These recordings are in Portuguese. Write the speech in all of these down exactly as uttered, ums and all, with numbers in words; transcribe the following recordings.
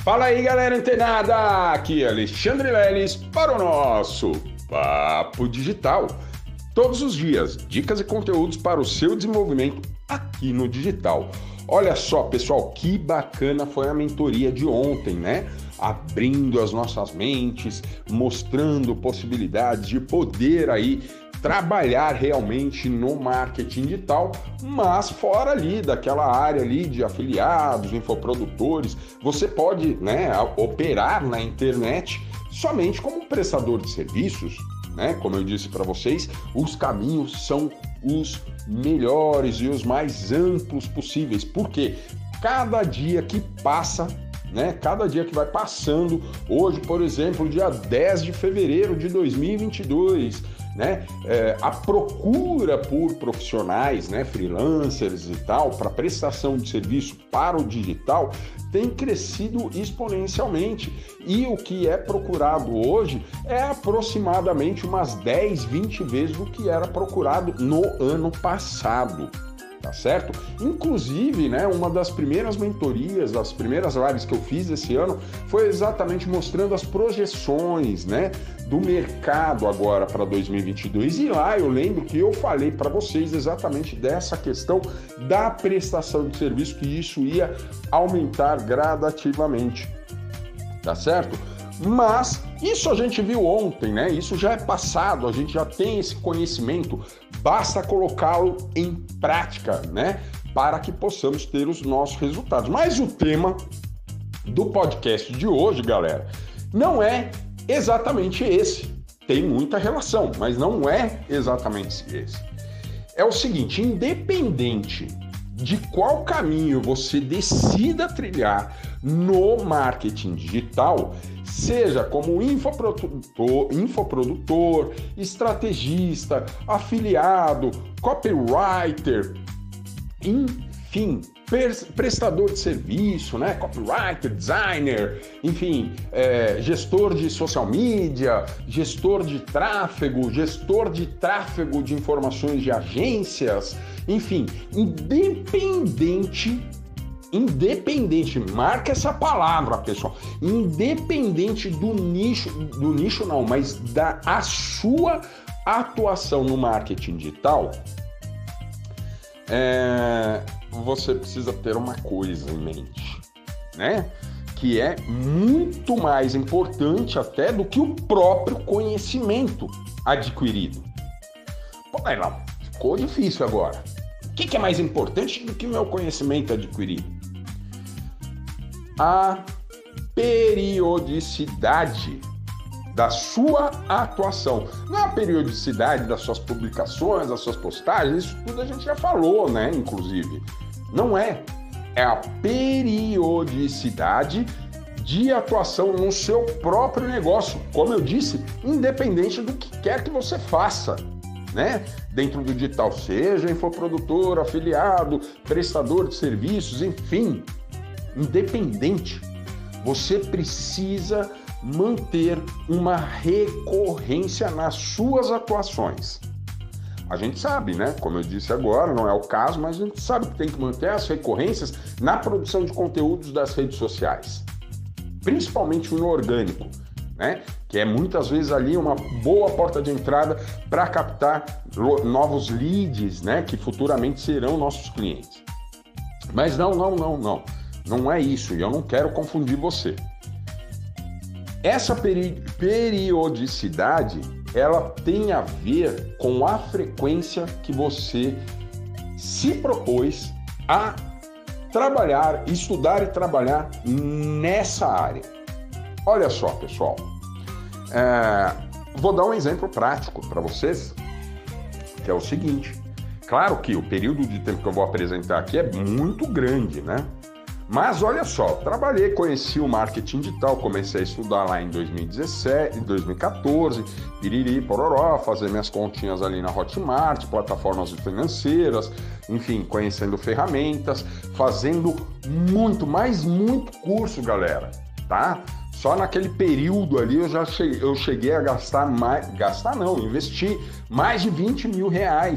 Fala aí, galera antenada! Aqui é Alexandre Leles para o nosso Papo Digital. Todos os dias, dicas e conteúdos para o seu desenvolvimento aqui no digital. Olha só, pessoal, que bacana foi a mentoria de ontem, né? Abrindo as nossas mentes, mostrando possibilidades de poder aí trabalhar realmente no marketing digital, mas fora ali daquela área ali de afiliados, infoprodutores, você pode, né, operar na internet somente como prestador de serviços, né? Como eu disse para vocês, os caminhos são os melhores e os mais amplos possíveis, porque cada dia que passa, né, cada dia que vai passando, hoje, por exemplo, dia dez de fevereiro de dois mil e vinte e dois, né, é, a procura por profissionais, né, freelancers e tal, para prestação de serviço para o digital, tem crescido exponencialmente. E o que é procurado hoje é aproximadamente umas dez, vinte vezes o que era procurado no ano passado. Tá certo? Inclusive, né, uma das primeiras mentorias, das primeiras lives que eu fiz esse ano foi exatamente mostrando as projeções, né, do mercado agora para dois mil e vinte e dois. E lá eu lembro que eu falei para vocês exatamente dessa questão da prestação de serviço, que isso ia aumentar gradativamente. Tá certo? Mas isso a gente viu ontem, né? Isso já é passado, a gente já tem esse conhecimento, basta colocá-lo em prática, né? Para que possamos ter os nossos resultados. Mas o tema do podcast de hoje, galera, não é exatamente esse. Tem muita relação, mas não é exatamente esse. É o seguinte, independente de qual caminho você decida trilhar no marketing digital, seja como infoprodutor, infoprodutor, estrategista, afiliado, copywriter, enfim, prestador de serviço, né? Copywriter, designer, enfim, é, gestor de social media, gestor de tráfego, gestor de tráfego de informações de agências, enfim, independente Independente, marca essa palavra, pessoal. Independente do nicho, do nicho não, mas da a sua atuação no marketing digital, é, você precisa ter uma coisa em mente, né? Que é muito mais importante até do que o próprio conhecimento adquirido. Pô, aí lá, ficou difícil agora. O que, que é mais importante do que o meu conhecimento adquirido? A periodicidade da sua atuação. Não é a periodicidade das suas publicações, das suas postagens, isso tudo a gente já falou, né? Inclusive. Não é. É a periodicidade de atuação no seu próprio negócio. Como eu disse, independente do que quer que você faça, né? Dentro do digital, seja infoprodutor, afiliado, prestador de serviços, enfim, independente, você precisa manter uma recorrência nas suas atuações. A gente sabe, né? Como eu disse agora, não é o caso, mas a gente sabe que tem que manter as recorrências na produção de conteúdos das redes sociais, principalmente no orgânico, né? Que é muitas vezes ali uma boa porta de entrada para captar novos leads, né? Que futuramente serão nossos clientes. Mas não, não, não, não. Não é isso, e eu não quero confundir você. Essa peri- periodicidade, ela tem a ver com a frequência que você se propôs a trabalhar, estudar e trabalhar nessa área. Olha só, pessoal. É, vou dar um exemplo prático para vocês, que é o seguinte. Claro que o período de tempo que eu vou apresentar aqui é muito grande, né? Mas olha só, trabalhei, conheci o marketing digital, comecei a estudar lá em dois mil e dezessete, dois mil e quatorze, piriri, pororó, fazer minhas continhas ali na Hotmart, plataformas financeiras, enfim, conhecendo ferramentas, fazendo muito, mas muito curso, galera, tá? Só naquele período ali eu já cheguei, eu cheguei a gastar mais, gastar não, investir mais de vinte mil reais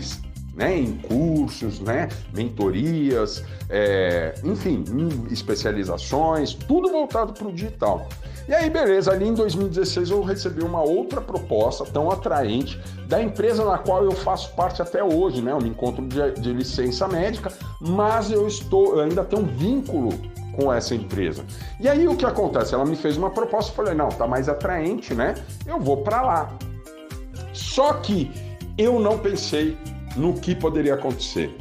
né, em cursos, né, mentorias, é, enfim, em especializações, tudo voltado para o digital. E aí, beleza, ali em dois mil e dezesseis eu recebi uma outra proposta tão atraente da empresa na qual eu faço parte até hoje, né? Eu me encontro de, de licença médica, mas eu estou, eu ainda tenho um vínculo com essa empresa. E aí o que acontece? Ela me fez uma proposta, eu falei, não, tá mais atraente, né? Eu vou para lá. Só que eu não pensei no que poderia acontecer,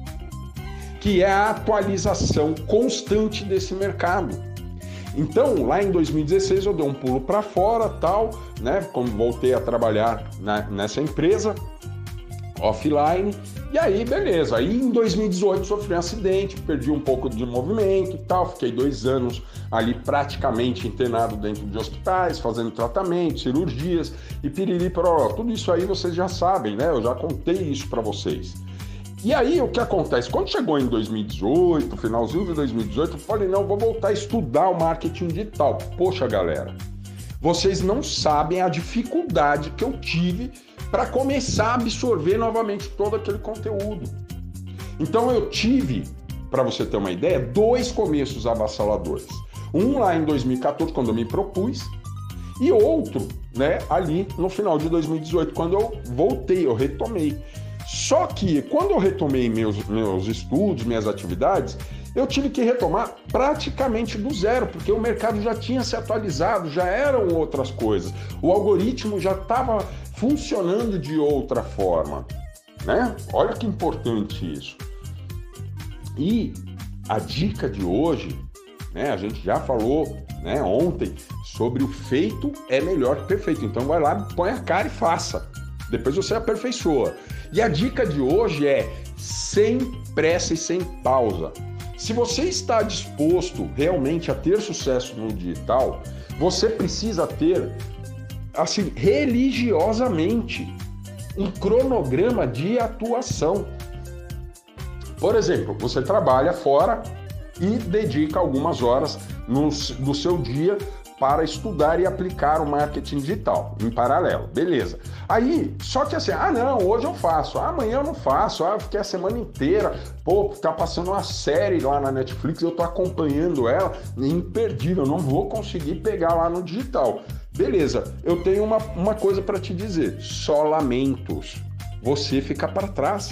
que é a atualização constante desse mercado. Então, lá em dois mil e dezesseis eu dei um pulo para fora, tal, né? Como voltei a trabalhar na, nessa empresa offline. E aí, beleza. Aí em dois mil e dezoito sofri um acidente, perdi um pouco de movimento e tal. Fiquei dois anos ali praticamente internado dentro de hospitais, fazendo tratamento, cirurgias e piriri pororó. Tudo isso aí vocês já sabem, né? Eu já contei isso para vocês. E aí o que acontece? Quando chegou em dois mil e dezoito, finalzinho de dois mil e dezoito, eu falei, não, vou voltar a estudar o marketing digital. Poxa, galera, vocês não sabem a dificuldade que eu tive para começar a absorver novamente todo aquele conteúdo. Então eu tive, para você ter uma ideia, dois começos avassaladores. Um lá em dois mil e quatorze, quando eu me propus, e outro, né, ali no final de dois mil e dezoito, quando eu voltei, eu retomei. Só que quando eu retomei meus, meus estudos, minhas atividades, eu tive que retomar praticamente do zero, porque o mercado já tinha se atualizado, já eram outras coisas. O algoritmo já estava funcionando de outra forma, né? Olha que importante isso. E a dica de hoje, né, a gente já falou, né, ontem sobre o feito é melhor que perfeito. Então vai lá, põe a cara e faça. Depois você aperfeiçoa. E a dica de hoje é sem pressa e sem pausa. Se você está disposto realmente a ter sucesso no digital, você precisa ter, assim, religiosamente, um cronograma de atuação. Por exemplo, você trabalha fora e dedica algumas horas no, do seu dia para estudar e aplicar o marketing digital em paralelo, beleza. Aí, só que assim, ah não, hoje eu faço, ah, amanhã eu não faço, ah, eu fiquei a semana inteira, pô, tá passando uma série lá na Netflix, eu tô acompanhando ela, imperdível, eu não vou conseguir pegar lá no digital. Beleza, eu tenho uma, uma coisa para te dizer, só lamentos, você fica para trás.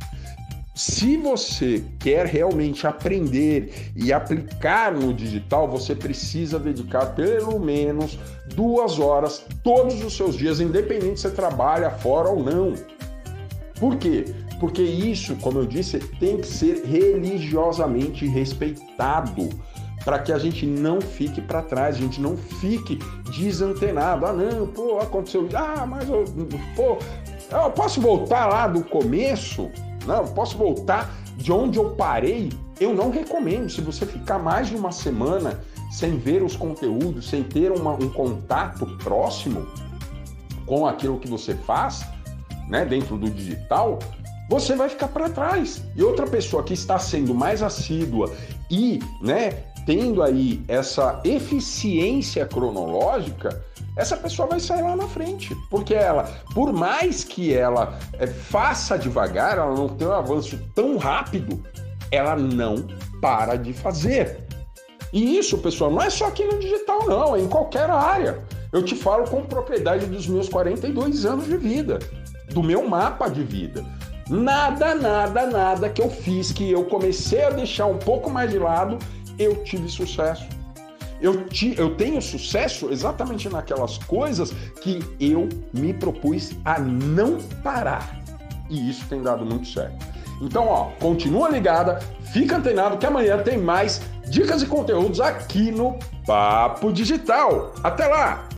Se você quer realmente aprender e aplicar no digital, você precisa dedicar pelo menos duas horas todos os seus dias, independente se você trabalha fora ou não. Por quê? Porque isso, como eu disse, tem que ser religiosamente respeitado, para que a gente não fique para trás, a gente não fique desantenado. Ah, não, pô, aconteceu isso. Ah, mas eu, pô, eu posso voltar lá do começo? Não, posso voltar de onde eu parei? Eu não recomendo. Se você ficar mais de uma semana sem ver os conteúdos, sem ter uma, um contato próximo com aquilo que você faz, né, dentro do digital, você vai ficar para trás. E outra pessoa que está sendo mais assídua e, né, tendo aí essa eficiência cronológica, essa pessoa vai sair lá na frente, porque ela, por mais que ela é, faça devagar, ela não tem um avanço tão rápido, ela não para de fazer. E isso, pessoal, não é só aqui no digital, não, é em qualquer área. Eu te falo com propriedade dos meus quarenta e dois anos de vida, do meu mapa de vida. Nada, nada, nada que eu fiz, que eu comecei a deixar um pouco mais de lado, eu tive sucesso. Eu, te, eu tenho sucesso exatamente naquelas coisas que eu me propus a não parar. E isso tem dado muito certo. Então, ó, continua ligada, fica antenado que amanhã tem mais dicas e conteúdos aqui no Papo Digital. Até lá!